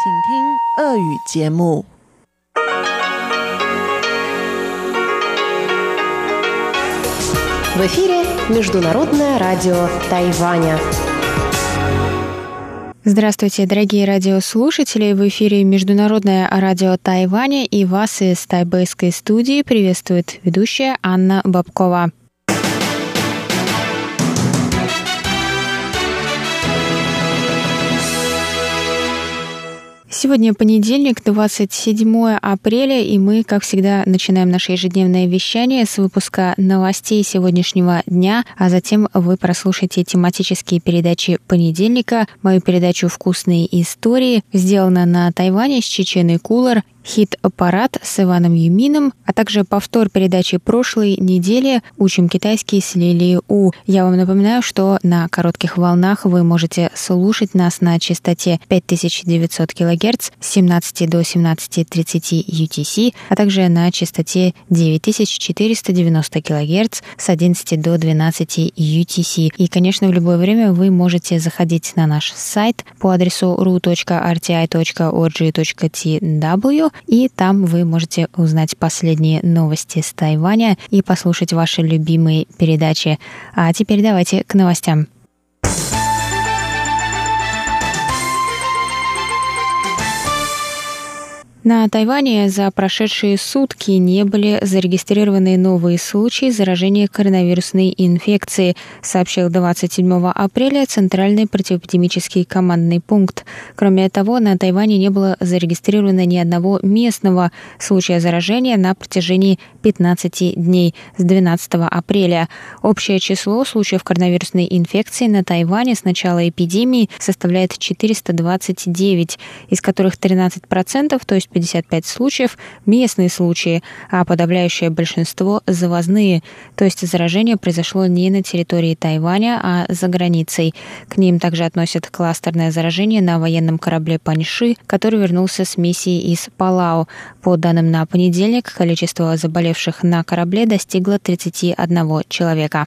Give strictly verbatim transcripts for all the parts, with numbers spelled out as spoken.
请听俄语节目。 В эфире Международное радио Тайваня. Здравствуйте, дорогие радиослушатели! В эфире Международное радио Тайваня, и вас из тайбэйской студии приветствует ведущая Анна Бабкова. Сегодня понедельник, двадцать седьмое апреля, и мы, как всегда, начинаем наше ежедневное вещание с выпуска новостей сегодняшнего дня, а затем вы прослушаете тематические передачи понедельника, мою передачу «Вкусные истории», сделана на Тайване с Чеченой Кулар, «Хит-парад» с Иваном Юмином, а также повтор передачи прошлой недели «Учим китайский с Лилией У». Я вам напоминаю, что на коротких волнах вы можете слушать нас на частоте пять тысяч девятьсот килогерц с семнадцати до семнадцати тридцати ю ти си, а также на частоте девять тысяч четыреста девяносто килогерц с одиннадцати до двенадцати ю ти си. И, конечно, в любое время вы можете заходить на наш сайт по адресу ru точка эр ти ай точка орг точка ти дабл ю, и там вы можете узнать последние новости с Тайваня и послушать ваши любимые передачи. А теперь давайте к новостям. На Тайване за прошедшие сутки не были зарегистрированы новые случаи заражения коронавирусной инфекцией, сообщил двадцать седьмого апреля Центральный противоэпидемический командный пункт. Кроме того, на Тайване не было зарегистрировано ни одного местного случая заражения на протяжении пятнадцати дней с двенадцатого апреля. Общее число случаев коронавирусной инфекции на Тайване с начала эпидемии составляет четыреста двадцать девять, из которых тринадцать процентов, то есть пятьдесят пять случаев, местные случаи, а подавляющее большинство завозные, то есть заражение произошло не на территории Тайваня, а за границей. К ним также относят кластерное заражение на военном корабле «Паньши», который вернулся с миссии из Палау. По данным на понедельник, количество заболевших на корабле достигло тридцати одного человека.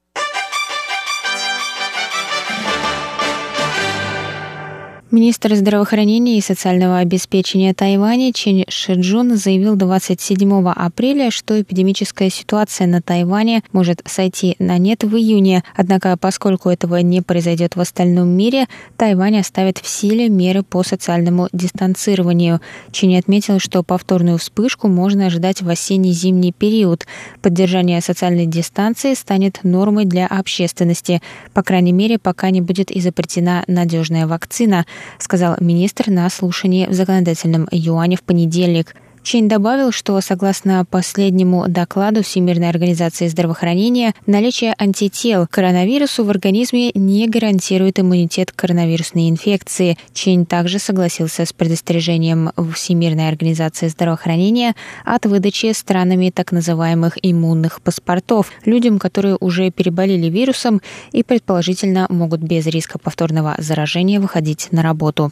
Министр здравоохранения и социального обеспечения Тайваня Чен Шиджун заявил двадцать седьмого апреля, что эпидемическая ситуация на Тайване может сойти на нет в июне. Однако, поскольку этого не произойдет в остальном мире, Тайвань оставит в силе меры по социальному дистанцированию. Чен отметил, что повторную вспышку можно ожидать в осенне-зимний период. Поддержание социальной дистанции станет нормой для общественности, по крайней мере, пока не будет изобретена надежная вакцина, сказал министр на слушании в законодательном юане в понедельник. Чен добавил, что, согласно последнему докладу Всемирной организации здравоохранения, наличие антител к коронавирусу в организме не гарантирует иммунитет к коронавирусной инфекции. Чен также согласился с предостережением Всемирной организации здравоохранения от выдачи странами так называемых иммунных паспортов людям, которые уже переболели вирусом и, предположительно, могут без риска повторного заражения выходить на работу.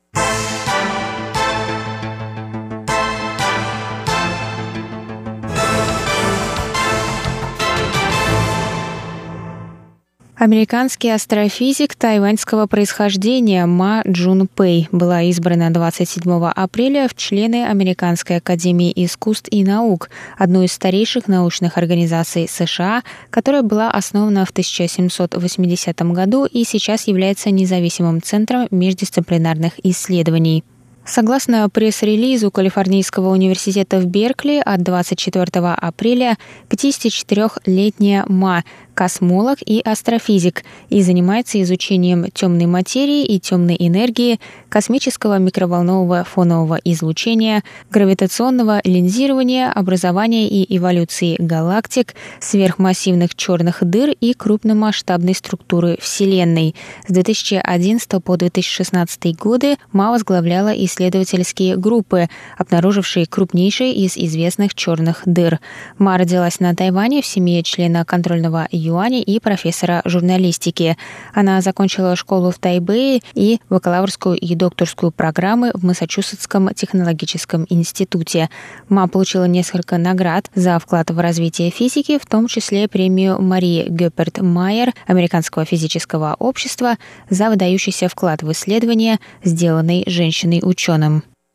Американский астрофизик тайваньского происхождения Ма Джун Пэй была избрана двадцать седьмого апреля в члены Американской академии искусств и наук, одной из старейших научных организаций США, которая была основана в тысяча семьсот восьмидесятом году и сейчас является независимым центром междисциплинарных исследований. Согласно пресс-релизу Калифорнийского университета в Беркли от двадцать четвёртого апреля, пятидесятичетырёхлетняя Ма – космолог и астрофизик и занимается изучением темной материи и темной энергии, космического микроволнового фонового излучения, гравитационного линзирования, образования и эволюции галактик, сверхмассивных черных дыр и крупномасштабной структуры Вселенной. С две тысячи одиннадцатого по две тысячи шестнадцатый годы Ма возглавляла исследовательские группы, обнаружившие крупнейшие из известных черных дыр. Ма родилась на Тайване в семье члена контрольного юаня и профессора журналистики. Она закончила школу в Тайбэе и бакалаврскую и докторскую программы в Массачусетском технологическом институте. Ма получила несколько наград за вклад в развитие физики, в том числе премию Марии Гёперт-Майер Американского физического общества за выдающийся вклад в исследования, сделанные женщиной-ученым.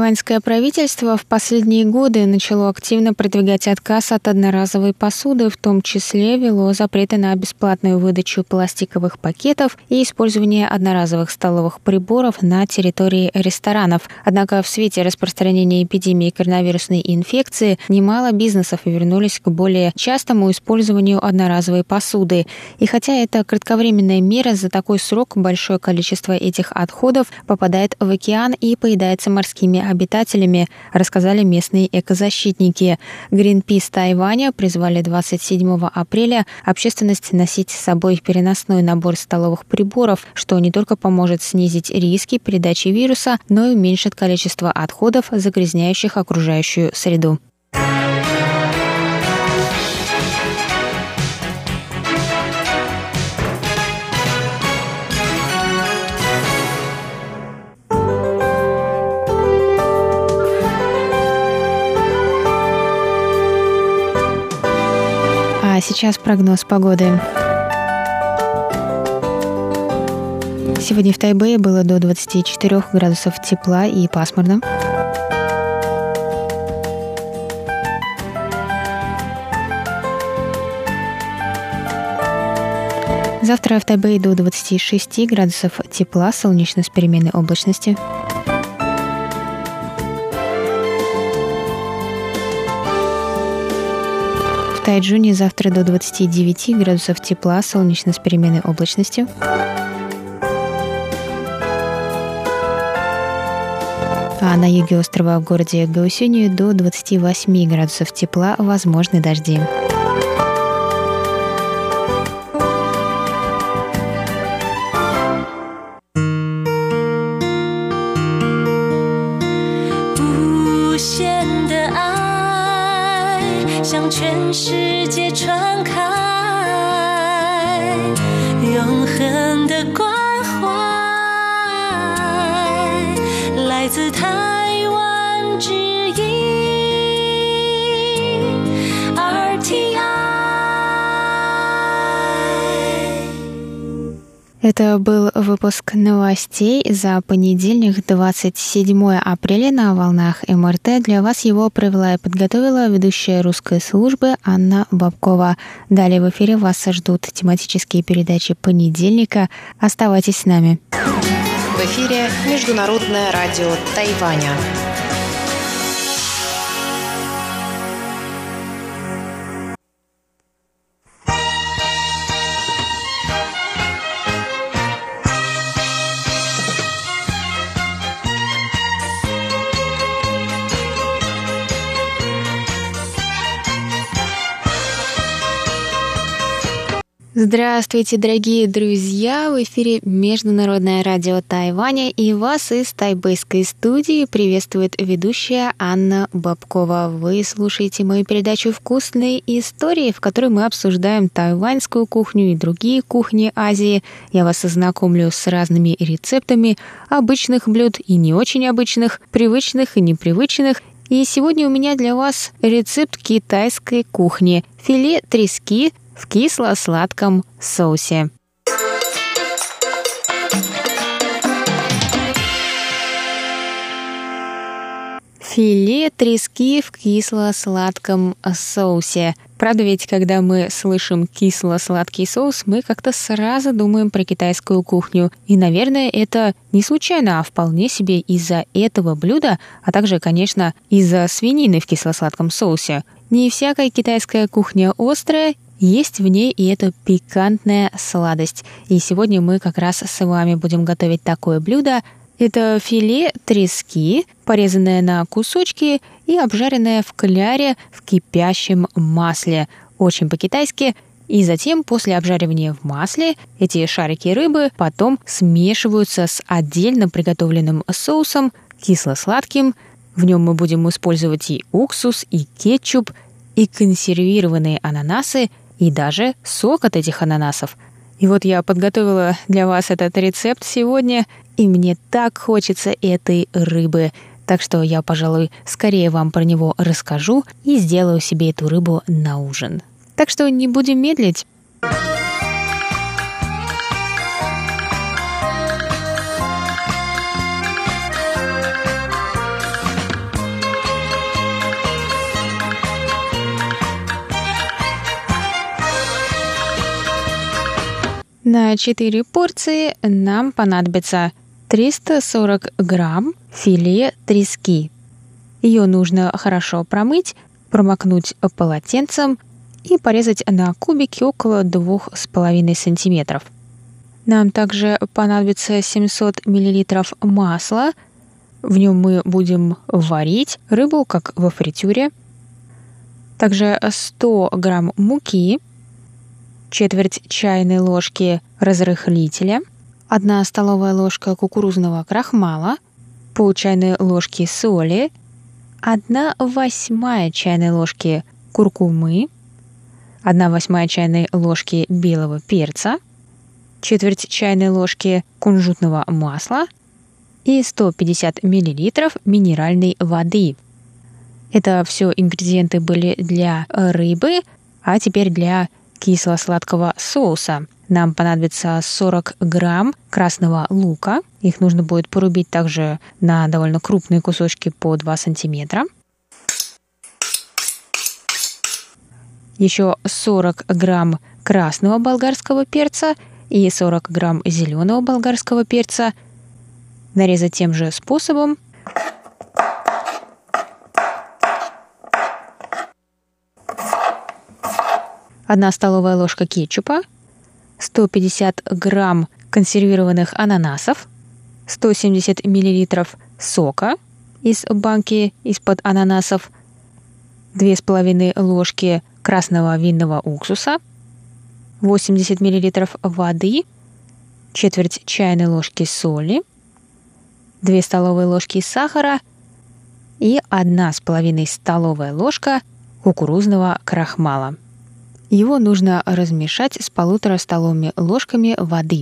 Тайваньское правительство в последние годы начало активно продвигать отказ от одноразовой посуды, в том числе ввело запреты на бесплатную выдачу пластиковых пакетов и использование одноразовых столовых приборов на территории ресторанов. Однако в свете распространения эпидемии коронавирусной инфекции немало бизнесов вернулись к более частому использованию одноразовой посуды. И хотя это кратковременная мера, за такой срок большое количество этих отходов попадает в океан и поедается морскими обитателями, рассказали местные экозащитники. Greenpeace Тайваня призвали двадцать седьмого апреля общественность носить с собой переносной набор столовых приборов, что не только поможет снизить риски передачи вируса, но и уменьшит количество отходов, загрязняющих окружающую среду. А сейчас прогноз погоды. Сегодня в Тайбэе было до двадцати четырёх градусов тепла и пасмурно. Завтра в Тайбэе до двадцати шести градусов тепла, солнечно с переменной облачности. В Тайчжуне завтра до двадцати девяти градусов тепла, солнечно с переменной облачностью. А на юге острова в городе Гаосюнью до двадцати восьми градусов тепла, возможны дожди. Это был выпуск новостей за понедельник, двадцать седьмого апреля на волнах эм эр тэ. Для вас его провела и подготовила ведущая русской службы Анна Бабкова. Далее в эфире вас ждут тематические передачи понедельника. Оставайтесь с нами. В эфире Международное радио Тайваня. Здравствуйте, дорогие друзья! В эфире Международное радио Тайваня, и вас из тайбэйской студии приветствует ведущая Анна Бабкова. Вы слушаете мою передачу «Вкусные истории», в которой мы обсуждаем тайваньскую кухню и другие кухни Азии. Я вас ознакомлю с разными рецептами обычных блюд и не очень обычных, привычных и непривычных. И сегодня у меня для вас рецепт китайской кухни – филе трески в кисло-сладком соусе. Филе трески в кисло-сладком соусе. Правда ведь, когда мы слышим кисло-сладкий соус, мы как-то сразу думаем про китайскую кухню. И, наверное, это не случайно, а вполне себе из-за этого блюда, а также, конечно, из-за свинины в кисло-сладком соусе. Не всякая китайская кухня острая, есть в ней и эта пикантная сладость. И сегодня мы как раз с вами будем готовить такое блюдо. Это филе трески, порезанное на кусочки и обжаренное в кляре в кипящем масле. Очень по-китайски. И затем, после обжаривания в масле, эти шарики рыбы потом смешиваются с отдельно приготовленным соусом, кисло-сладким. В нем мы будем использовать и уксус, и кетчуп, и консервированные ананасы, и даже сок от этих ананасов. И вот я подготовила для вас этот рецепт сегодня, и мне так хочется этой рыбы. Так что я, пожалуй, скорее вам про него расскажу и сделаю себе эту рыбу на ужин. Так что не будем медлить. На четыре порции нам понадобится триста сорок грамм филе трески. Ее нужно хорошо промыть, промокнуть полотенцем и порезать на кубики около двух с половиной сантиметров. Нам также понадобится семьсот миллилитров масла. В нем мы будем варить рыбу, как во фритюре. Также сто грамм муки, четверть чайной ложки разрыхлителя, одна столовая ложка кукурузного крахмала, пол чайной ложки соли, одна восьмая чайной ложки куркумы, одна восьмая чайной ложки белого перца, четверть чайной ложки кунжутного масла и сто пятьдесят миллилитров минеральной воды. Это все ингредиенты были для рыбы, а теперь для кисло-сладкого соуса. Нам понадобится сорок грамм красного лука. Их нужно будет порубить также на довольно крупные кусочки по два сантиметра. Еще сорок грамм красного болгарского перца и сорок грамм зеленого болгарского перца. Нарезать тем же способом. Одна столовая ложка кетчупа, сто пятьдесят грамм консервированных ананасов, сто семьдесят миллилитров сока из банки из-под ананасов, две с половиной ложки красного винного уксуса, восемьдесят миллилитров воды, четверть чайной ложки соли, две столовые ложки сахара и одна с половиной столовая ложка кукурузного крахмала. Его нужно размешать с полутора столовыми ложками воды.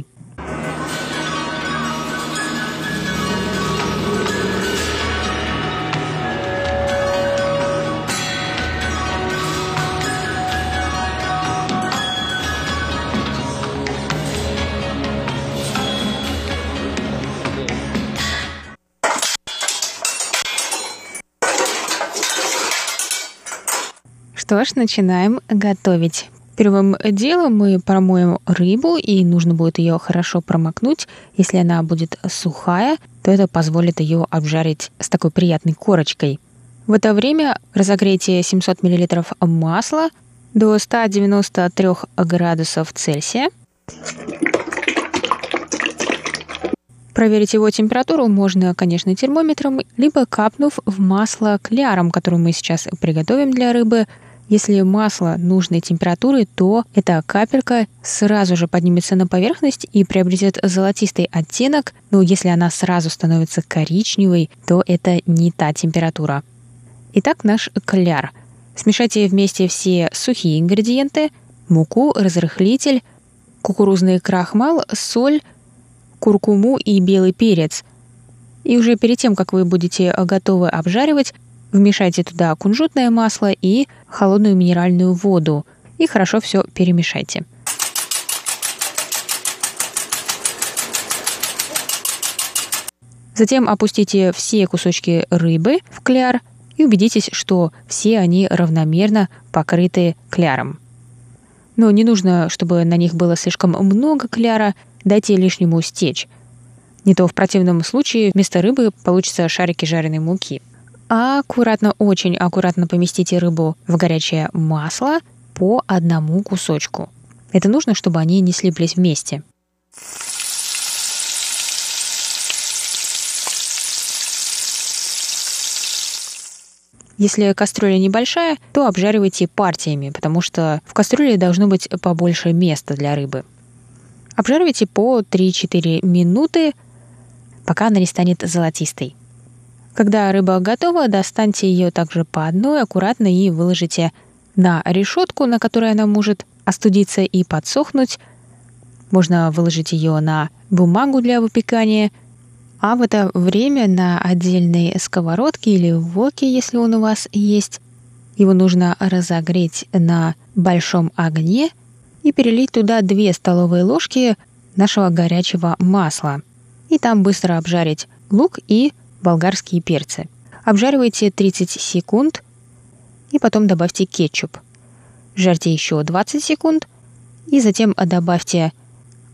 Что ж, начинаем готовить. Первым делом мы промоем рыбу, и нужно будет ее хорошо промокнуть. Если она будет сухая, то это позволит ее обжарить с такой приятной корочкой. В это время разогрейте семьсот миллилитров масла до ста девяноста трёх градусов Цельсия. Проверить его температуру можно, конечно, термометром, либо капнув в масло кляром, которое мы сейчас приготовим для рыбы. Если масло нужной температуры, то эта капелька сразу же поднимется на поверхность и приобретет золотистый оттенок. Но если она сразу становится коричневой, то это не та температура. Итак, наш кляр. Смешайте вместе все сухие ингредиенты: муку, разрыхлитель, кукурузный крахмал, соль, куркуму и белый перец. И уже перед тем, как вы будете готовы обжаривать, вмешайте туда кунжутное масло и холодную минеральную воду и хорошо все перемешайте. Затем опустите все кусочки рыбы в кляр и убедитесь, что все они равномерно покрыты кляром. Но не нужно, чтобы на них было слишком много кляра, дайте лишнему стечь. Не то в противном случае вместо рыбы получатся шарики жареной муки. А аккуратно, очень аккуратно поместите рыбу в горячее масло по одному кусочку. Это нужно, чтобы они не слиплись вместе. Если кастрюля небольшая, то обжаривайте партиями, потому что в кастрюле должно быть побольше места для рыбы. Обжаривайте по три-четыре минуты, пока она не станет золотистой. Когда рыба готова, достаньте ее также по одной аккуратно и выложите на решетку, на которой она может остудиться и подсохнуть. Можно выложить ее на бумагу для выпекания, а в это время на отдельной сковородке или воке, если он у вас есть, его нужно разогреть на большом огне и перелить туда две столовые ложки нашего горячего масла. И там быстро обжарить лук и болгарские перцы. Обжаривайте тридцать секунд и потом добавьте кетчуп. Жарьте еще двадцать секунд и затем добавьте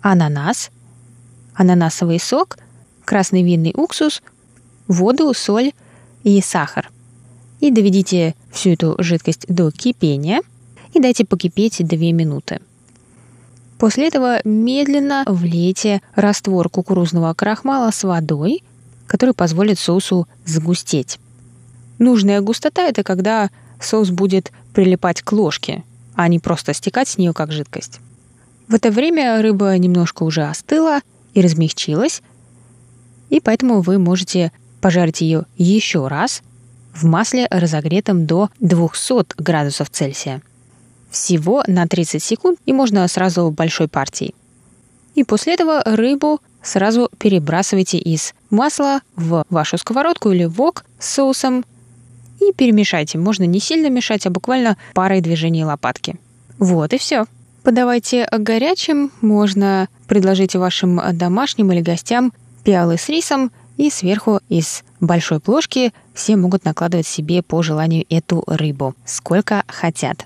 ананас, ананасовый сок, красный винный уксус, воду, соль и сахар. И доведите всю эту жидкость до кипения и дайте покипеть две минуты. После этого медленно влейте раствор кукурузного крахмала с водой, который позволит соусу загустеть. Нужная густота – это когда соус будет прилипать к ложке, а не просто стекать с нее как жидкость. В это время рыба немножко уже остыла и размягчилась, и поэтому вы можете пожарить ее еще раз в масле, разогретом до двухсот градусов Цельсия. Всего на тридцать секунд, и можно сразу большой партией. И после этого рыбу сразу перебрасывайте из масла в вашу сковородку или вок с соусом и перемешайте. Можно не сильно мешать, а буквально парой движений лопатки. Вот и все. Подавайте горячим, можно предложить вашим домашним или гостям пиалы с рисом, и сверху из большой плошки все могут накладывать себе по желанию эту рыбу, сколько хотят.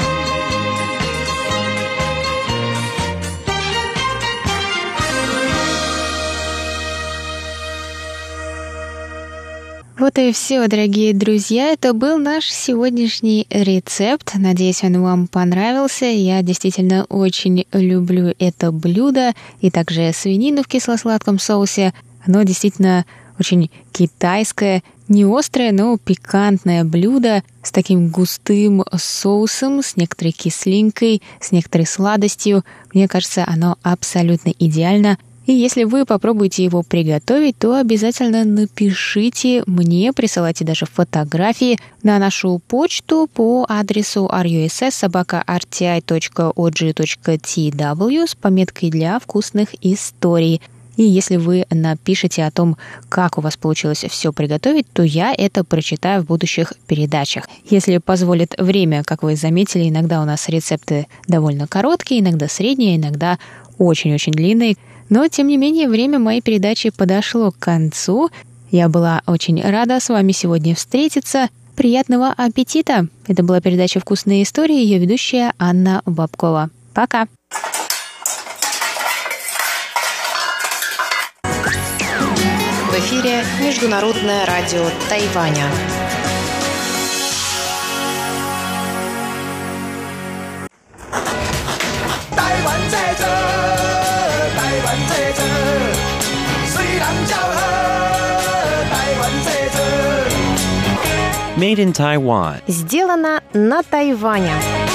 Вот и все, дорогие друзья. Это был наш сегодняшний рецепт. Надеюсь, он вам понравился. Я действительно очень люблю это блюдо. И также свинину в кисло-сладком соусе. Оно действительно очень китайское, не острое, но пикантное блюдо с таким густым соусом, с некоторой кислинкой, с некоторой сладостью. Мне кажется, оно абсолютно идеально. И если вы попробуете его приготовить, то обязательно напишите мне, присылайте даже фотографии на нашу почту по адресу ар ю эс эс собака ар ти ай точка о джи точка ти дабл ю с пометкой для вкусных историй. И если вы напишете о том, как у вас получилось все приготовить, то я это прочитаю в будущих передачах. Если позволит время, как вы заметили, иногда у нас рецепты довольно короткие, иногда средние, иногда очень-очень длинные. Но, тем не менее, время моей передачи подошло к концу. Я была очень рада с вами сегодня встретиться. Приятного аппетита! Это была передача «Вкусные истории», ее ведущая Анна Бабкова. Пока! В эфире Международное радио Тайваня. Made in Taiwan. Сделано на Тайване.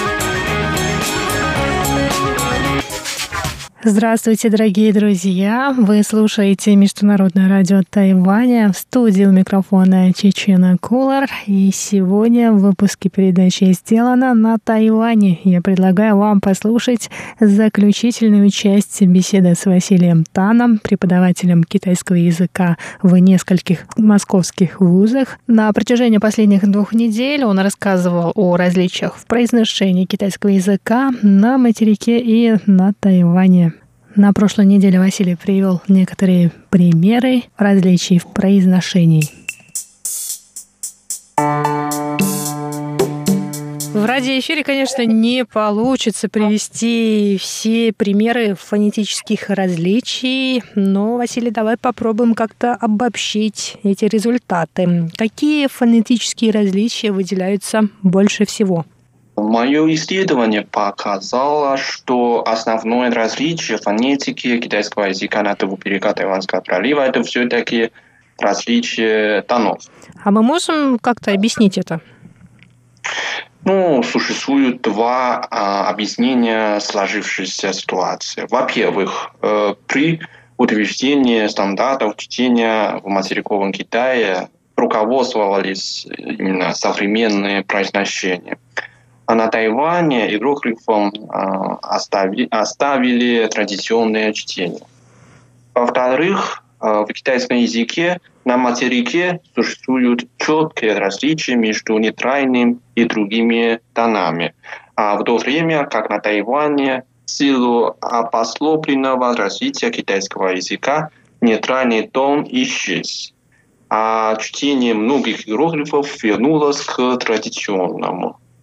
Здравствуйте, дорогие друзья! Вы слушаете Международное радио Тайваня. В студии у микрофона Чечена Кулар. И сегодня в выпуске передачи «Сделано на Тайване» я предлагаю вам послушать заключительную часть беседы с Василием Таном, преподавателем китайского языка в нескольких московских вузах. На протяжении последних двух недель он рассказывал о различиях в произношении китайского языка на материке и на Тайване. На прошлой неделе Василий привел некоторые примеры различий в произношении. В радиоэфире, конечно, не получится привести все примеры фонетических различий, но, Василий, давай попробуем как-то обобщить эти результаты. Какие фонетические различия выделяются больше всего? Мое исследование показало, что основное различие фонетики китайского языка на двух берегах Тайванского пролива – это все-таки различие тонов. А мы можем как-то объяснить это? Ну, существует два а, объяснения сложившейся ситуации. Во-первых, э, при утверждении стандартов чтения в материковом Китае руководствовались именно современные произношения. А на Тайване иероглифом а, оставили, оставили традиционное чтение. Во-вторых, а, в китайском языке на материке существуют четкие различия между нейтральным и другими тонами. А в то время, как на Тайване, в силу обусловленного развития китайского языка, нейтральный тон исчез. А чтение многих иероглифов вернулось к традиционному.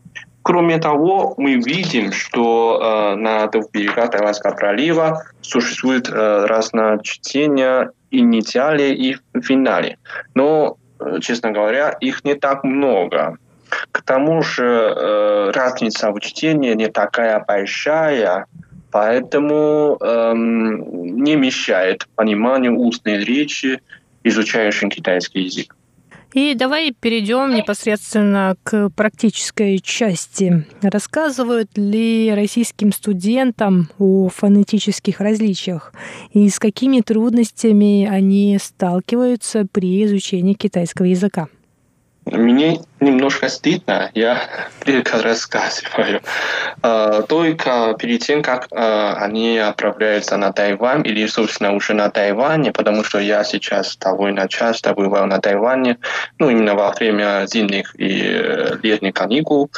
Кроме того, мы видим, что э, на двух берегах Тайваньского пролива существует э, разночтение и инициале, и в финале. Но, э, честно говоря, их не так много. К тому же э, разница в чтении не такая большая, поэтому э, не мешает пониманию устной речи изучающим китайский язык. И давай перейдем непосредственно к практической части. Рассказывают ли российским студентам о фонетических различиях и с какими трудностями они сталкиваются при изучении китайского языка? Мне немножко стыдно, я только рассказываю. Только перед тем, как они отправляются на Тайвань, или, собственно, уже на Тайване, потому что я сейчас довольно часто бывал на Тайване, ну, именно во время зимних и летних каникул,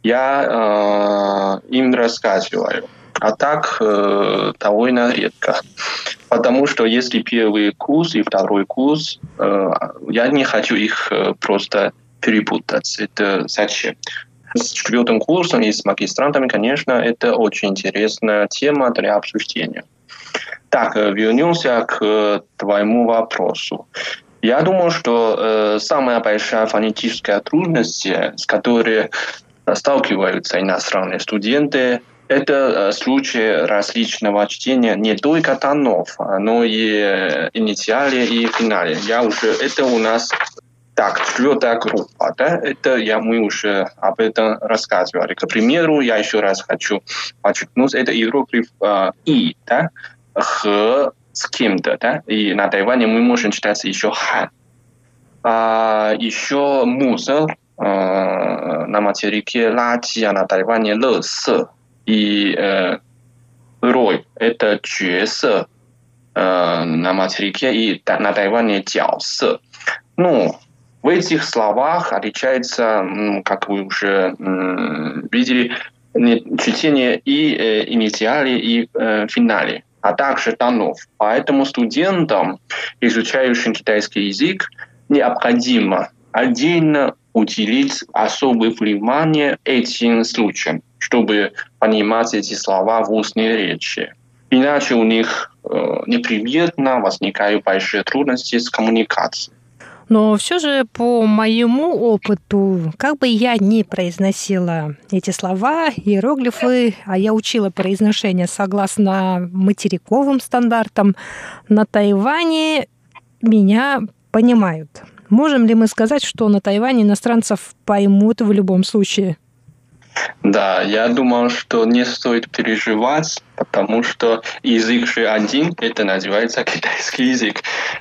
я им рассказываю. А так довольно редко. Потому что если первый курс и второй курс, я не хочу их просто перепутать. Это зачем? С четвертым курсом и с магистрантами, конечно, это очень интересная тема для обсуждения. Так, вернемся к твоему вопросу. Я думаю, что э, самая большая фонетическая трудность, с которой сталкиваются иностранные студенты, это случай различного чтения не только тонов, но и инициале и финале. Я уже, это у нас так, четвертая группа, да, это я, мы уже об этом рассказывали. К примеру, я еще раз хочу подчеркнуть, это иероглиф э, «и», да, «х» с кем-то, да, и на Тайване мы можем читать еще «хан». А, еще «мусор» э, на материке «лати», а на Тайване «лэсэ». И э, «рой» — это «角色» э, на материке, и на Тайване «角色». Ну, в этих словах отличается, как вы уже видели, чтение и э, инициале, и э, финале, а также тонов. Поэтому студентам, изучающим китайский язык, необходимо отдельно уделить особое внимание этим случаям, чтобы понимать эти слова в устной речи. Иначе у них э, непременно возникают большие трудности с коммуникацией. Но все же, по моему опыту, как бы я ни произносила эти слова, иероглифы, а я учила произношение согласно материковым стандартам, на Тайване меня понимают. Можем ли мы сказать, что на Тайване иностранцев поймут в любом случае? Да, я думал, что не стоит переживать, потому что язык же один, это называется китайский язык.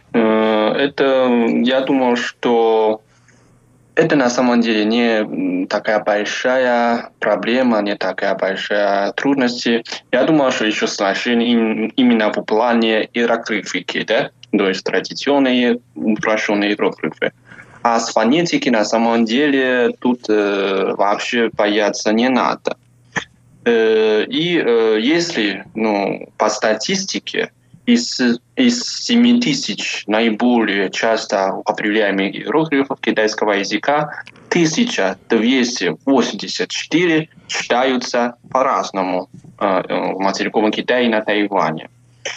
Это, я думал, что это на самом деле не такая большая проблема, не такая большая трудность. Я думал, что еще сложнее именно в плане иероглифики, да, то есть традиционные упрощенные иероглифы. А с фонетики на самом деле тут э, вообще бояться не надо. Э, и э, если ну, по статистике из, из семи тысяч наиболее часто употребляемых иероглифов китайского языка тысяча двести восемьдесят четыре читаются по-разному э, в материковом Китае и на Тайване.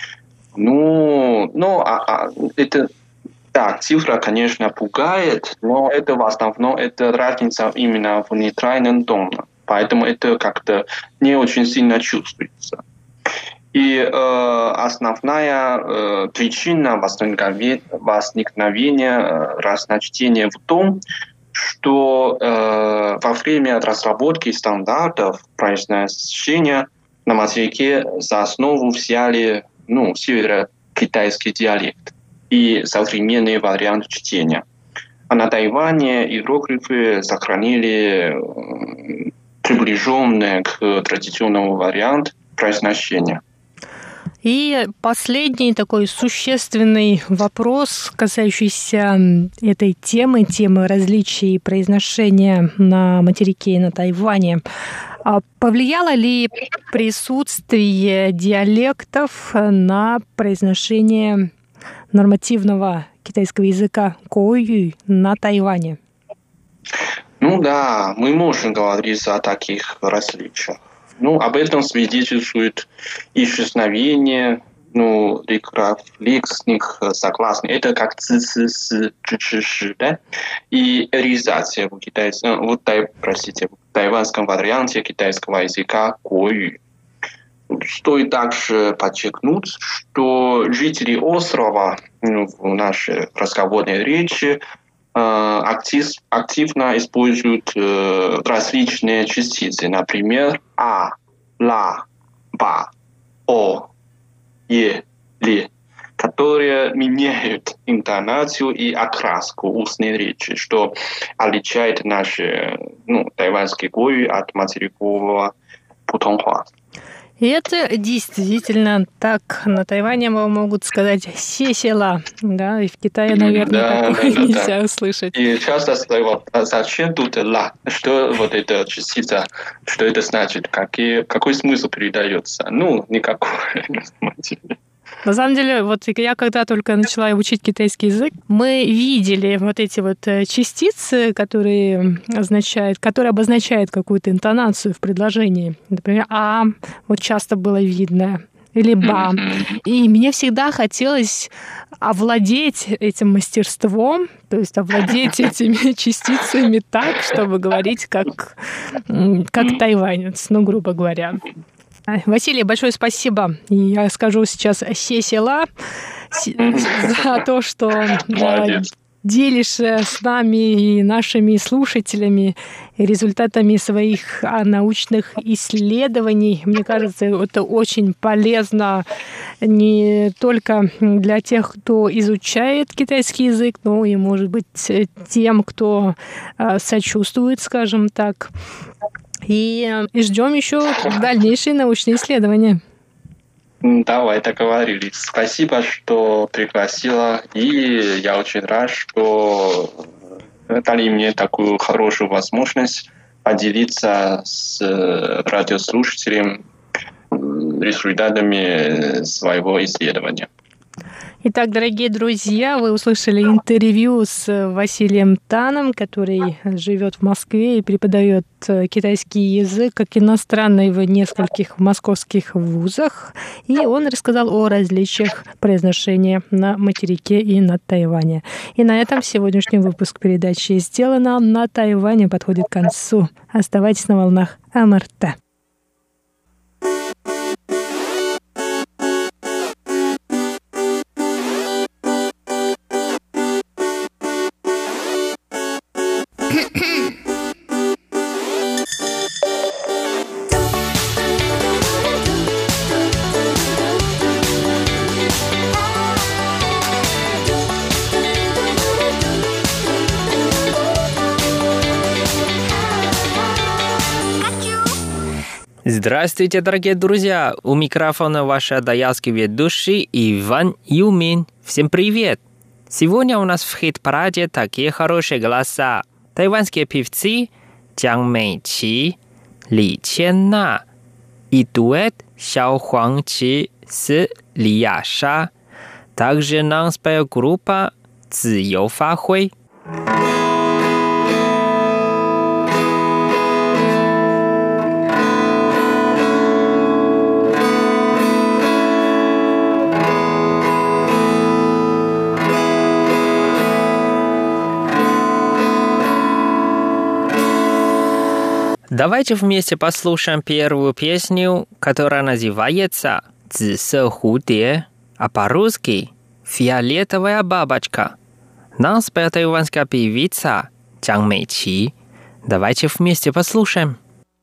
Ну, ну а, а, это... Так, цифра, конечно, пугает, но это в основном это разница именно в нейтральном тоне. Поэтому это как-то не очень сильно чувствуется. И э, основная э, причина возникновения, возникновения э, разночтения в том, что э, во время разработки стандартов произношения на материке за основу взяли ну, северокитайский диалект и современный вариант чтения. А на Тайване иероглифы сохранили приближенный к традиционному варианту произношения. И последний такой существенный вопрос, касающийся этой темы, темы различий произношения на материке и на Тайване. Повлияло ли присутствие диалектов на произношение нормативного китайского языка коюй на Тайване? Ну да, мы можем говорить о таких различиях. Ну, об этом свидетельствует исчезновение, ну, ликс с них согласны. Это как ци, ци, сы, чи, чи, ши, да? И реализация в китайском, вот, простите, в тайванском варианте китайского языка гую. Стоит также подчеркнуть, что жители острова ну, в нашей разговорной речи э, актив, активно используют э, различные частицы, например, а, ла, ба, о, е, ли, которые меняют интонацию и окраску устной речи, что отличает наши ну, тайванские гую от материкового путонхуа. И это действительно так. На Тайване могут сказать «се-се-ла», да, и в Китае, наверное, да, такое да, нельзя да. услышать. И часто задают, а зачем тут «ла»? Что вот эта частица, что это значит? Какие, какой смысл передается? Ну, никакой, на самом деле. На самом деле, вот я когда только начала учить китайский язык, мы видели вот эти вот частицы, которые означают, которые обозначают какую-то интонацию в предложении. Например, «а», вот часто было видно, или «ба». И мне всегда хотелось овладеть этим мастерством, то есть овладеть этими частицами так, чтобы говорить как, как тайванец, ну, грубо говоря. Василий, большое спасибо. Я скажу сейчас се-се-ла за то, что Молодец. делишься с нами и нашими слушателями результатами своих научных исследований. Мне кажется, это очень полезно не только для тех, кто изучает китайский язык, но и, может быть, тем, кто сочувствует, скажем так. И, и ждем еще дальнейшие научные исследования. Давай, договорились. Спасибо, что пригласила. И я очень рад, что дали мне такую хорошую возможность поделиться с радиослушателем результатами своего исследования. Итак, дорогие друзья, вы услышали интервью с Василием Таном, который живет в Москве и преподает китайский язык как иностранный в нескольких московских вузах. И он рассказал о различиях произношения на материке и на Тайване. И на этом сегодняшний выпуск передачи «Сделано на Тайване» подходит к концу. Оставайтесь на волнах эм эр тэ. Здравствуйте, дорогие друзья! У микрофона ваш даялский ведущий Иван Юмин. Всем привет! Сегодня у нас в хит-параде такие хорошие голоса. Тайванские певцы Чжан Мэйчи, Ли Ченна и дуэт Сяо Хуангчи с Ли Яша. Также нам споет группа Цзъёу Фахуэй. Давайте вместе послушаем первую песню, которая называется «Цзысэ худie», а по-русски «Фиолетовая бабочка». Нам споет тайванская певица Чжан Мэйчи. Давайте вместе послушаем.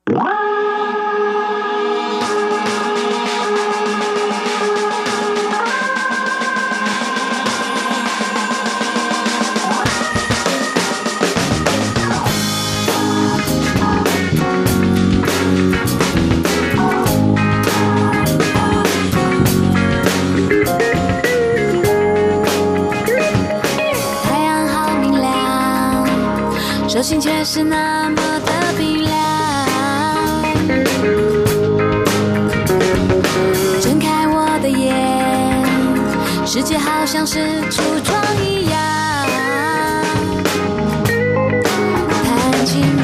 手心却是那么的冰凉，睁开我的眼，世界好像是橱窗一样，看清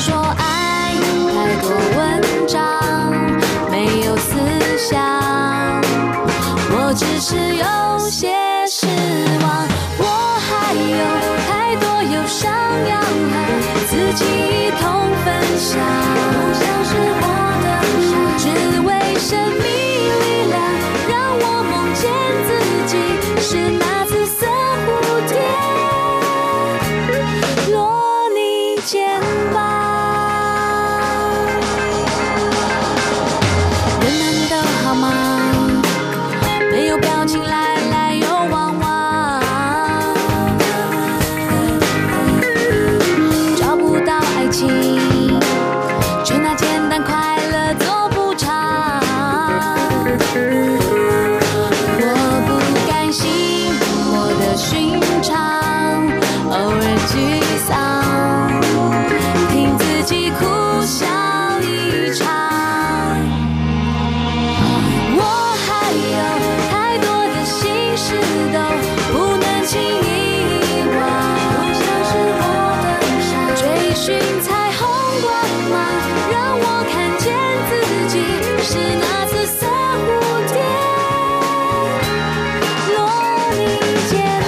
我只是有些失望，我还有太多忧伤要和自己一同分享。梦想是我的伤，只为生命力量，让我梦见自己是那紫色蝴蝶，落你肩膀。人们都好忙，没有表情，来来又往往，找不到爱情，却拿简单快乐做补偿。我不甘心活得寻常，偶尔沮丧，听自己哭笑一场。我还有太多的心事都不能轻易遗忘，梦想是我的伤，追寻彩虹光芒，让我看见自己是那紫色蝴蝶，落你肩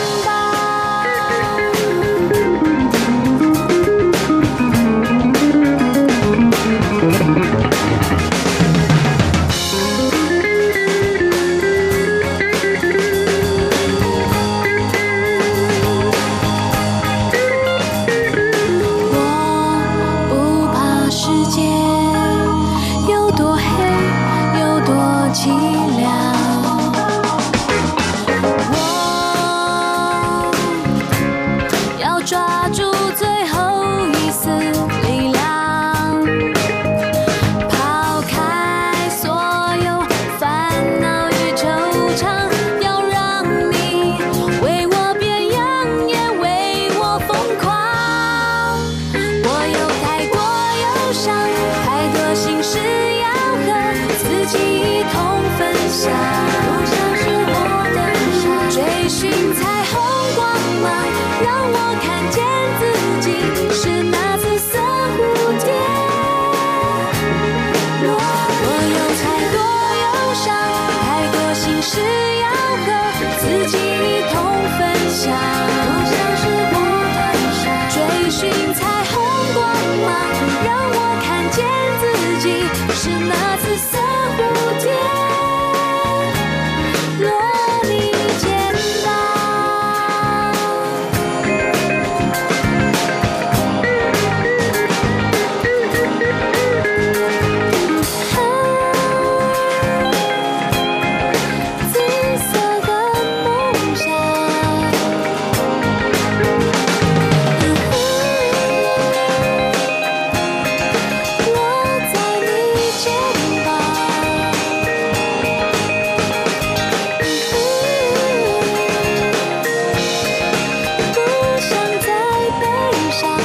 我不怕世界有多黑，有多凄凉，我要抓住最后一丝力量，抛开所有烦恼与惆怅，要让你为我变样，也为我疯狂。我有太多忧伤，太多心事要和自己一同分享。梦想是我的伤，追寻彩虹光芒，让我看见自己是那紫色蝴蝶。我有太多忧伤，太多心事要和自己一同分享。梦想是我的伤，追寻彩虹光芒，让我看见自己是那紫色蝴蝶，落你肩膀。紫色的梦想，落在你肩膀，不想再悲伤。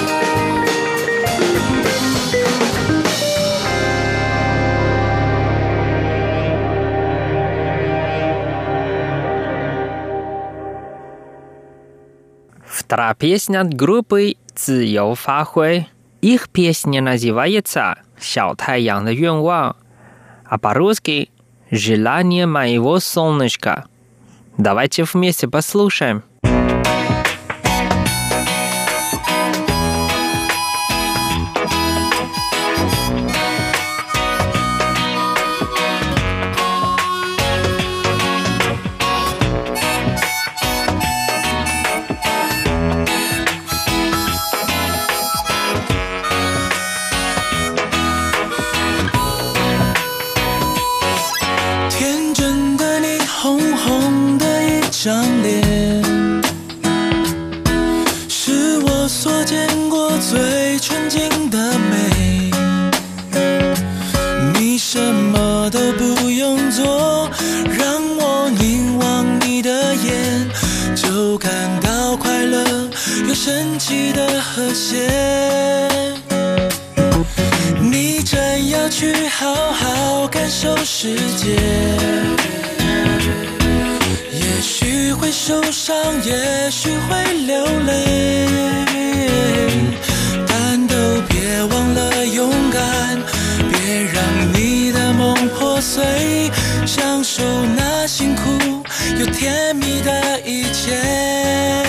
Вторая песня от группы «自由发挥». Их песня называется «小太阳的愿望», а по-русски «Желание моего солнышка». Давайте вместе послушаем. 有甜蜜的一切。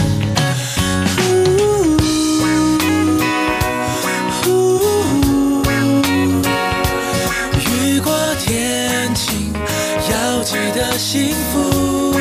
雨过天晴，要记得幸福。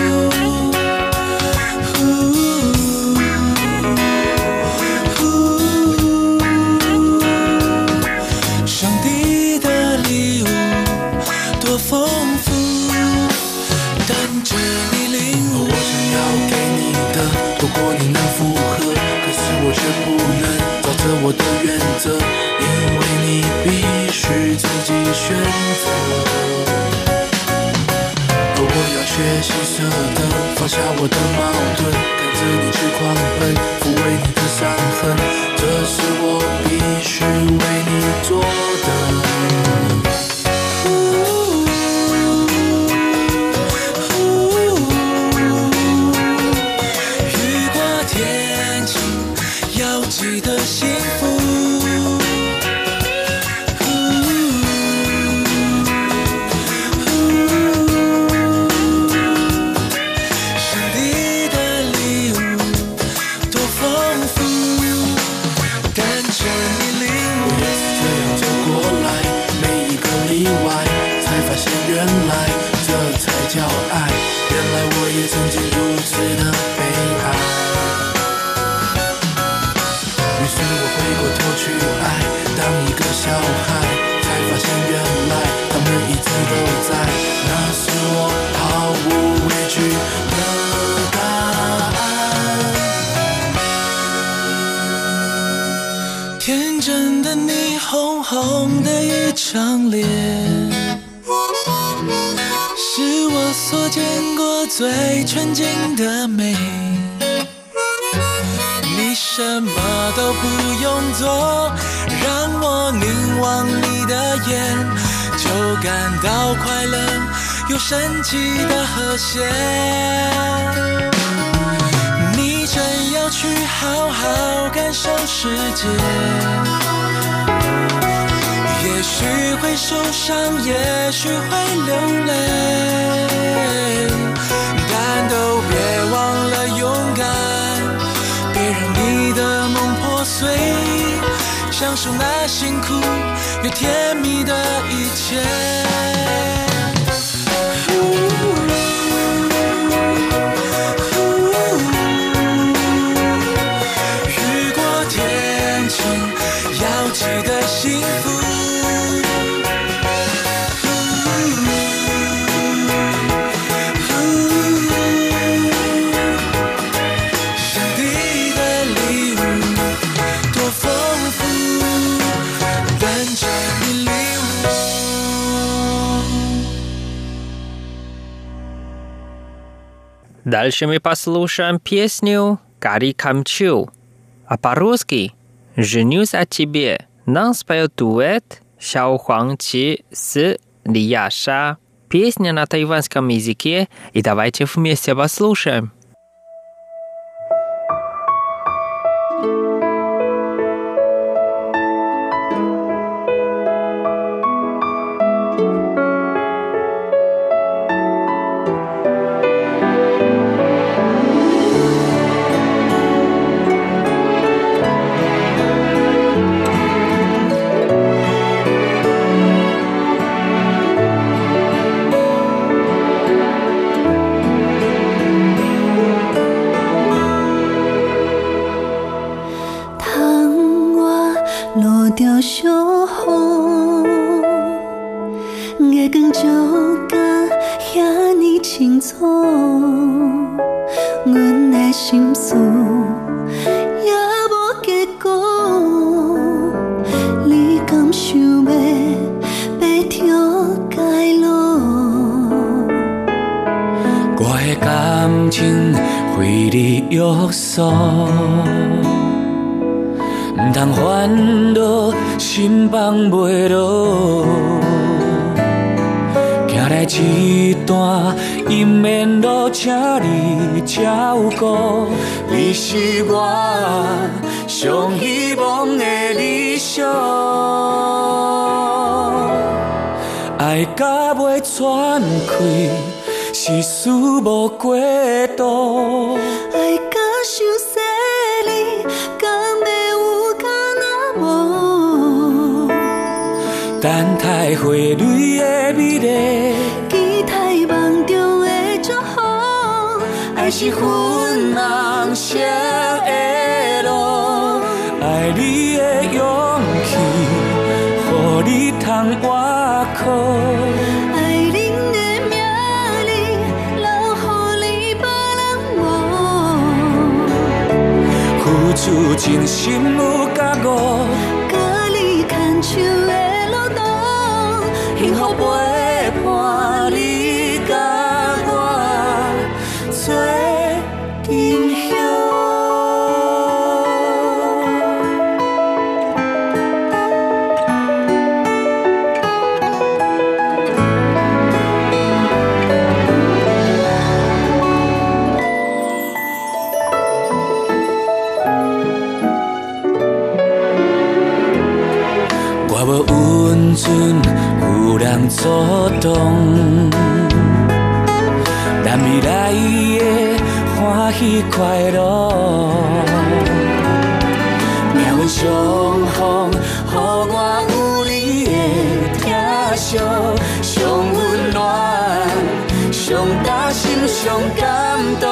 上帝的礼物多丰富，等着你领悟。我想要给你的，如果你能符合，可是我却不能照着我的原则，因为你必须自己选择。而我要学习舍得，放下我的矛盾，跟着你去狂奔，抚慰你的伤痕，这是我必须为你做的。雨过天晴，要记得幸福。原来这才叫爱，原来我也曾经如此的悲哀。于是我回过头去爱，当一个小孩，才发现原来他们一直都在，那是我毫无畏惧的答案。天真的你，红红的一张脸，是我所见过最纯净的美。你什么都不用做，让我凝望你的眼，就感到快乐又神奇的和谐。你真要去好好感受世界，也许会受伤，也许会流泪，但都别忘了勇敢，别让你的梦破碎，享受那辛苦又甜蜜的一切。雨过天晴，要记得幸福。 Дальше мы послушаем песню «Гори камчу», а по-русски «Женюсь о тебе». Нам споет дуэт Сяо Хуангчи с Ли Яша. Песня на тайванском языке, и давайте вместе послушаем. 唔通烦恼，心放袂落，行来一段姻缘路，请你照顾。你是我上希望的理想，爱甲尾喘开， 是思无过度。 爱甲伤细腻，敢会有敢若无？ 等待花蕊的美丽， 期待梦中的祝福。 爱是粉红色的路，爱你的勇气，予你通活靠。 爱恁的名字，留予你别人无。 付出真心有甲无， 甲你牵手的路途，幸福陪伴你甲我做英雄。 我无温存，有人阻挡，咱未来的欢喜快乐，命运相逢，予我有你的疼惜，上温暖，上打心，上感动。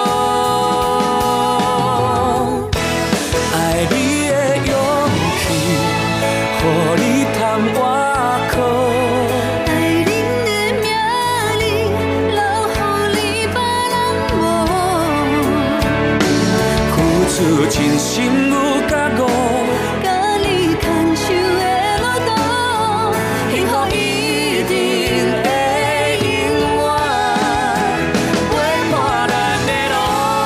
爱你的勇气，予你通活靠。 爱恁的名字，留予你别人无。 付出真心有甲无， 甲你牵手的路途，幸福一定会永远陪伴咱的路。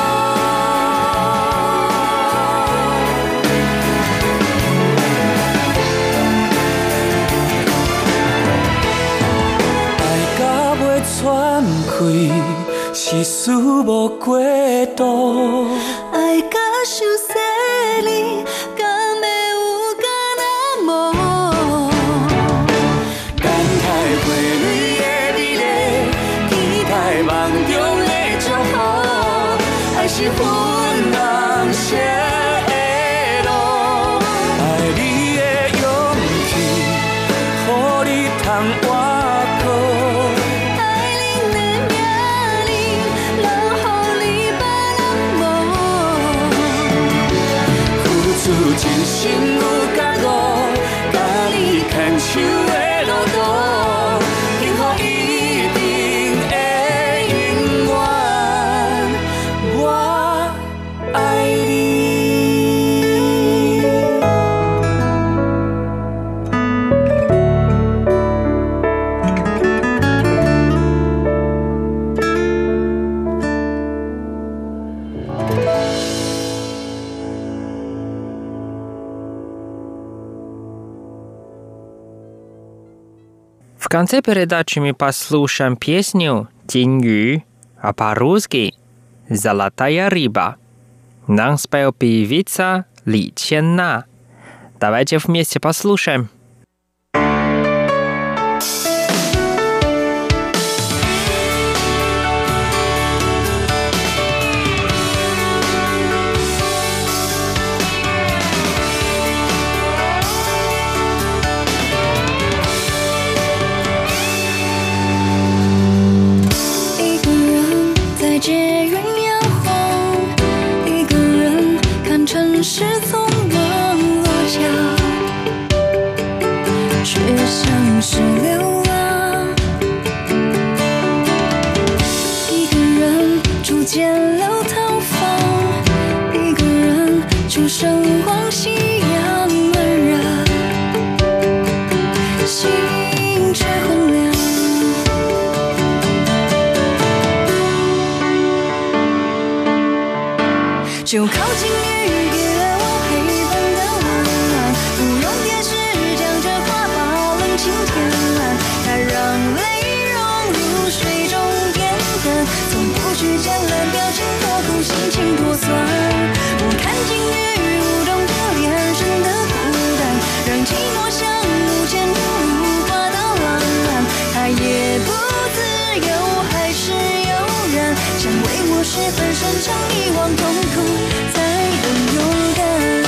爱甲袂喘气，是思无过度。 爱甲伤细腻，敢会有敢若无？ 等待花蕊的美丽，期待梦中的祝福。爱是粉红色的路，爱你的勇气，予你通活靠。 爱恁的名字，留予你别人无。 付出真心有甲无，甲你牵手的路途，幸福一定会永远。我爱你。 В конце передачи мы послушаем песню «Тенью», а по-русски «Золотая рыба». Нам спел певица Ли Ченна. Давайте вместе послушаем. 就靠近你，给了我黑板的温暖，不用解释，将这话把冷清填满，它让泪融入水中变淡，从不去沾染表情多苦，心情多酸。我看进雨雾中可怜人的孤单，让寂寞像无前途无挂的浪漫，它也不自由，还是有。 份擅长遗忘痛苦，才能勇敢。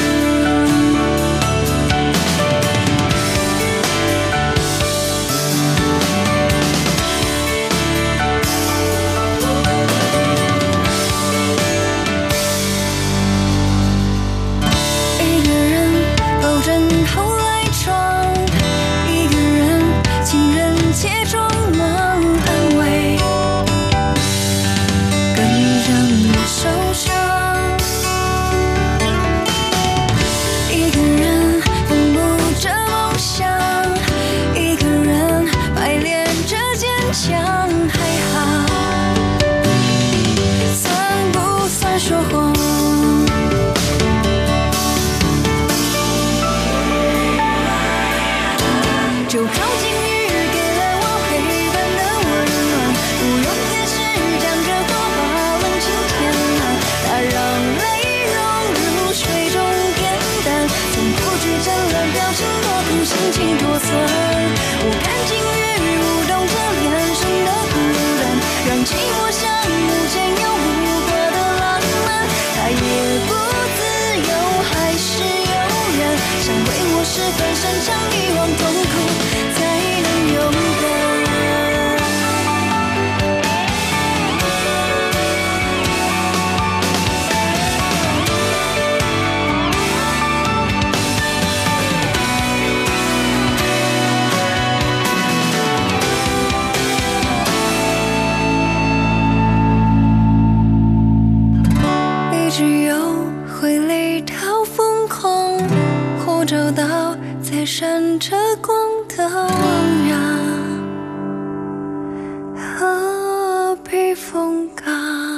一个人抱枕头赖床，一个人情人节装忙安慰，更让你受伤。一个人缝补着梦想，一个人排练着坚强，还好，算不算说谎？就靠近雨给了我陪伴的温暖，不用天使将这朵花冷清填满，它让泪融入水中变淡，从不惧战乱，表情多苦，心情多酸。我看进雨，舞动着脸上的孤单，让寂寞像无前有无过的浪漫，它也不自由，还是悠然，想为我十分擅长遗忘痛苦，才能勇敢。一直有会累到疯狂，或找到在闪着光的汪洋和避风港。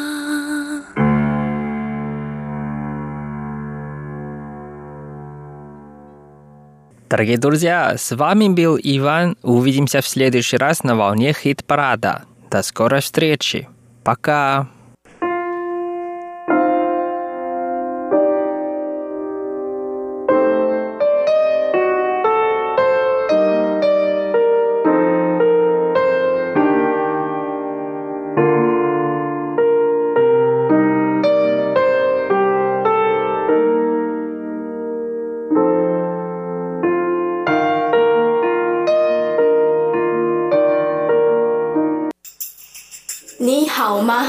Дорогие друзья, с вами был Иван. Увидимся в следующий раз на волне хит-парада. До скорой встречи. Пока. 你好吗？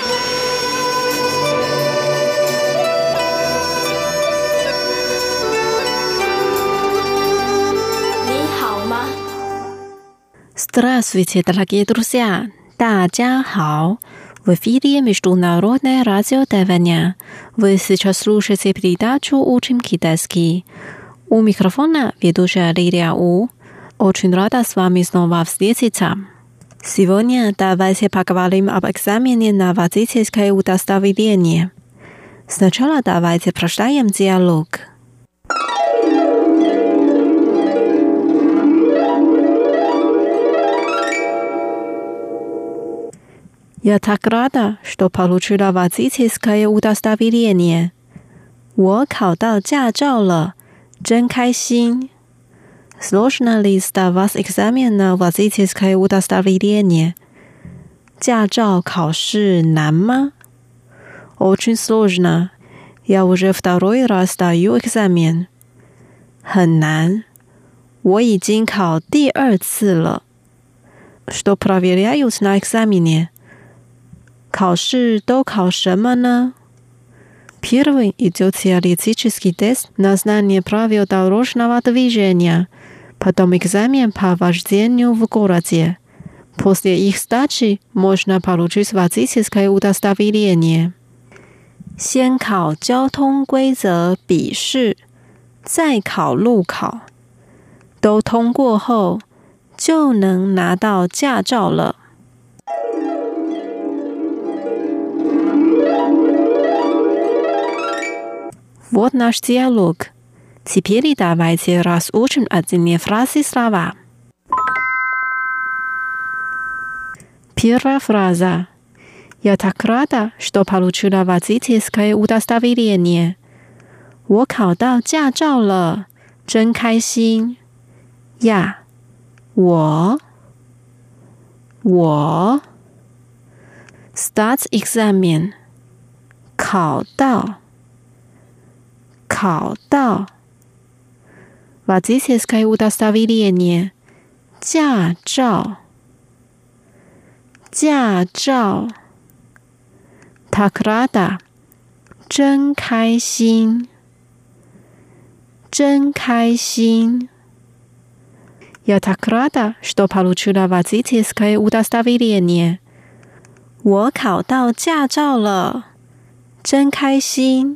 你好吗？ Здравствуйте, дорогие друзья! 大家好! В эфире Международное радио Тайваня. Вы сейчас слушаете передачу «Учим китайский». У микрофона ведущая Лилия У. Очень рада с вами снова встретиться. Сегодня давайте поговорим об экзамене на водительское удостоверение. Сначала давайте прочитаем диалог. Я так рада, что получила водительское удостоверение. 我考到驾照了，真开心。Сложно ли сдавать экзамен на водительское удостоверение? 驾照考试难吗？ Очень сложно. Я уже второй раз сдаю экзамен. 很难，我已经考第二次了。Что проверяют на экзамене? 考试都考什么呢？ Первый идет теоретический тест на знание правил дорожного движения, потом экзамен по вождению в городе. После их сдачи можно получить водительское удостоверение. 先考交通规则笔试，再考路考，都通过后，就能拿到驾照了。Вот наш диалог. Теперь давайте разучим отдельные фразы и слова. Первая фраза. Я так рада, что получила водительское удостоверение. 我考到驾照了，真开心。呀，我，我 Start examen. 考到，考到。Водительское удостоверение，驾照，驾照。Так рада，真开心，真开心。Я так рада, что получила водительское удостоверение。我考到驾照了，真开心。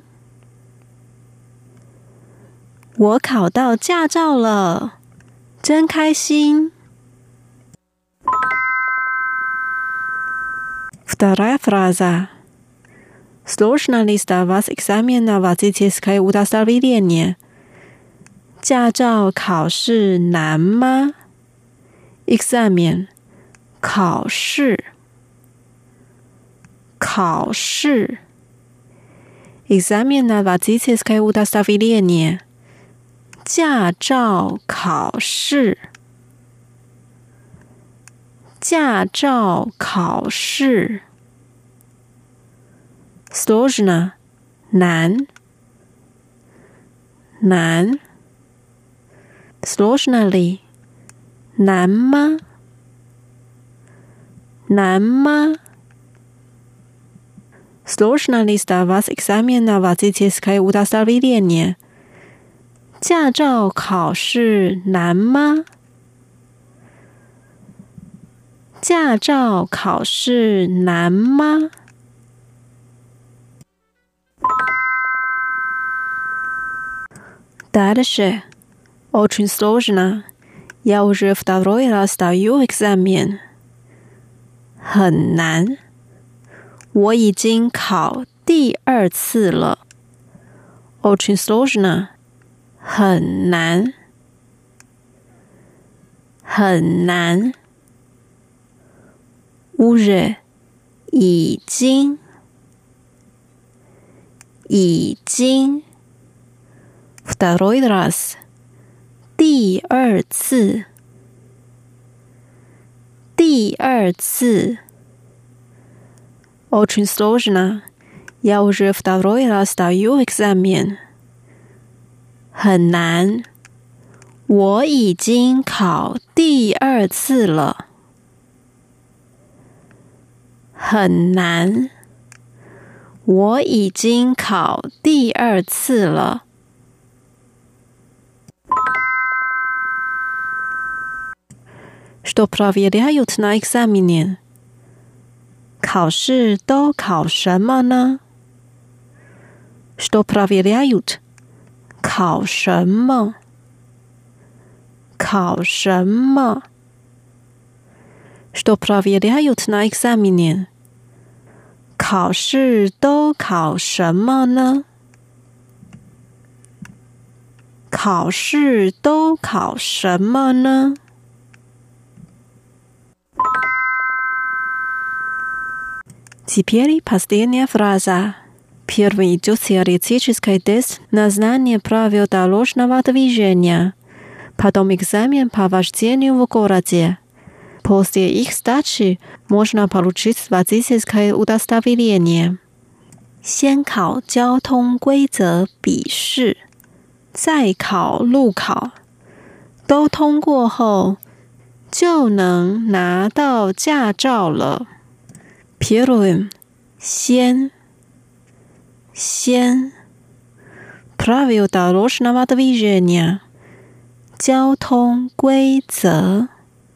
我考到驾照了，真开心。Вторая фраза. Сложно ли сдавать экзамен на водительское удостоверение? 驾照考试难吗 ？Examen 考试，考试。Экзамен на водительское удостоверение 驾照考试，驾照考试。Сложно 难，难。Сложно ли 难吗？难吗？Сложно ли сдавать экзамен на водительское удостоверение? 驾照考试难吗？驾照考试难吗？Дальше. Очень сложно. Я уже второй раз сдаю экзамен. 很难。我已经考第二次了。Очень сложно， 很难，很难。Уже， 已经，已经。Второй раз， 第二次，第二次。Очень сложно. Я уже второй раз сдаю экзамен. 很难，我已经考第二次了。很难，我已经考第二次了。Что проверяют на экзамене? 考试都考什么呢 ？Что проверяют？ 考什么？考什么 ？Что проверяют на экзамене？ 考试都考什么呢？考试都考什么呢？Теперь последняя фраза. Первый идет теоретический тест на знание правил дорожного движения. Потом экзамен по вождению в городе. После их сдачи можно получить водительское удостоверение. 先考交通规则笔试，再考路考，都通过后，就能拿到驾照了。Первым 先先 правил дорожного движения 交通规则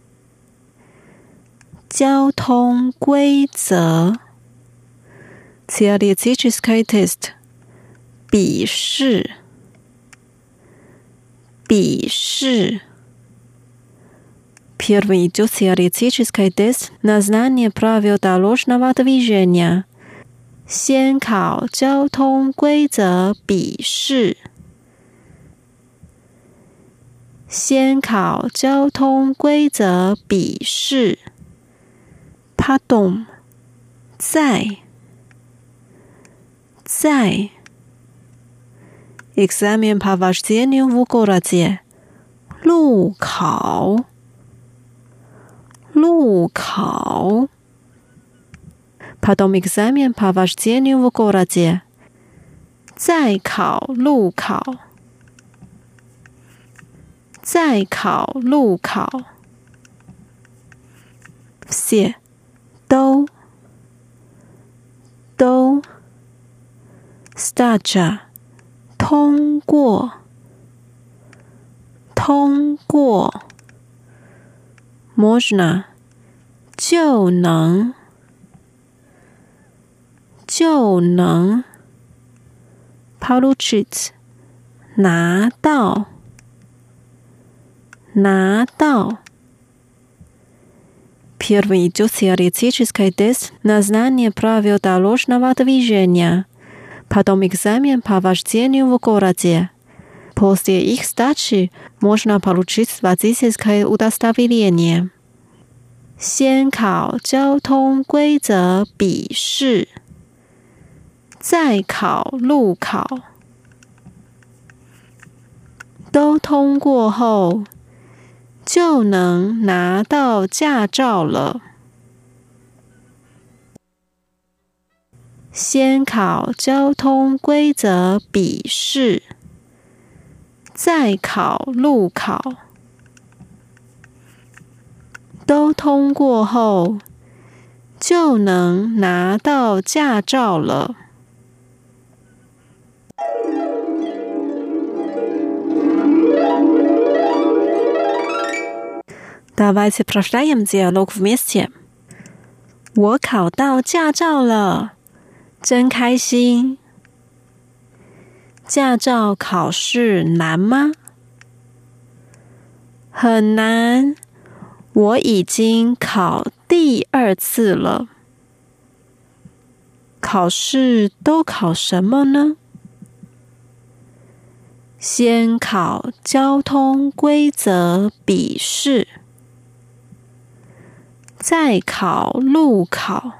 交通规则 Теоретический тест 笔试笔试Первый идет теоретический тест на знание правил дорожного движения. 先考交通规则笔试。先考交通规则笔试。Потом 再再 Экзамен по вождению в городе 路考路考 Потом экзамен по вождению в городе 在考路考，在考路考。все都都 stage 通过通过 можно 就能就能 получить 拿到拿到。Первый идет теоретический тест на знание правил дорожного движения, потом экзамен по вождению в городе. После их сдачи можно получить водительское удостоверение. 先考交通规则笔试，再考路考。都通过后，就能拿到驾照了。先考交通规则笔试，再考路考。都通过后，就能拿到驾照了。Давайте прочитаем диалог вместе. 我考到驾照了，真开心。驾照考试难吗？很难，我已经考第二次了。考试都考什么呢？先考交通规则笔试，再考路考。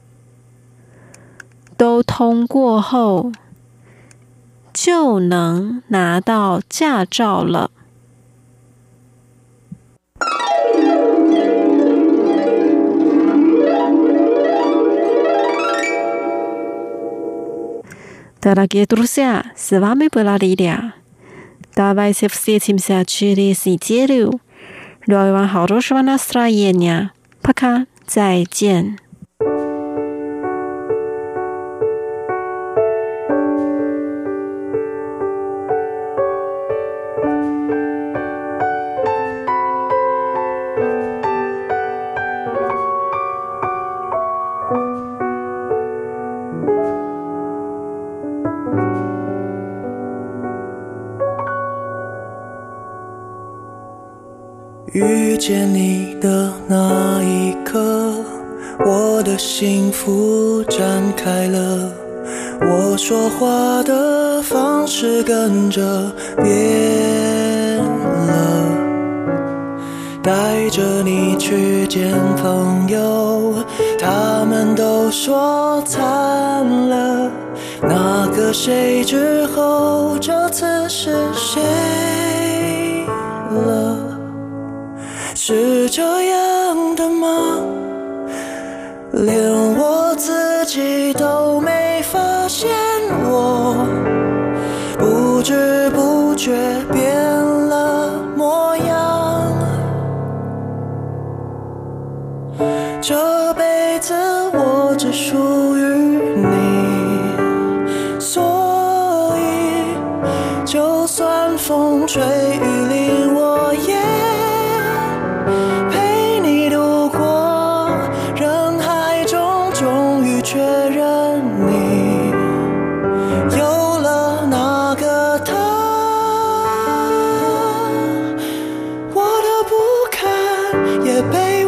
都通过后，就能拿到驾照了。Дорогие друзья, с вами была Лилия. Давайте встретимся через неделю. Желаю вам хорошего настроения. Пока, 再见。 遇见你的那一刻，我的幸福展开了，我说话的方式跟着变了，带着你去见朋友，他们都说惨了，那个谁之后这次是谁了？是这样的吗？连我自己都没发现，我不知不觉变了模样。这辈子我只属于你，所以就算风吹雨淋，我也被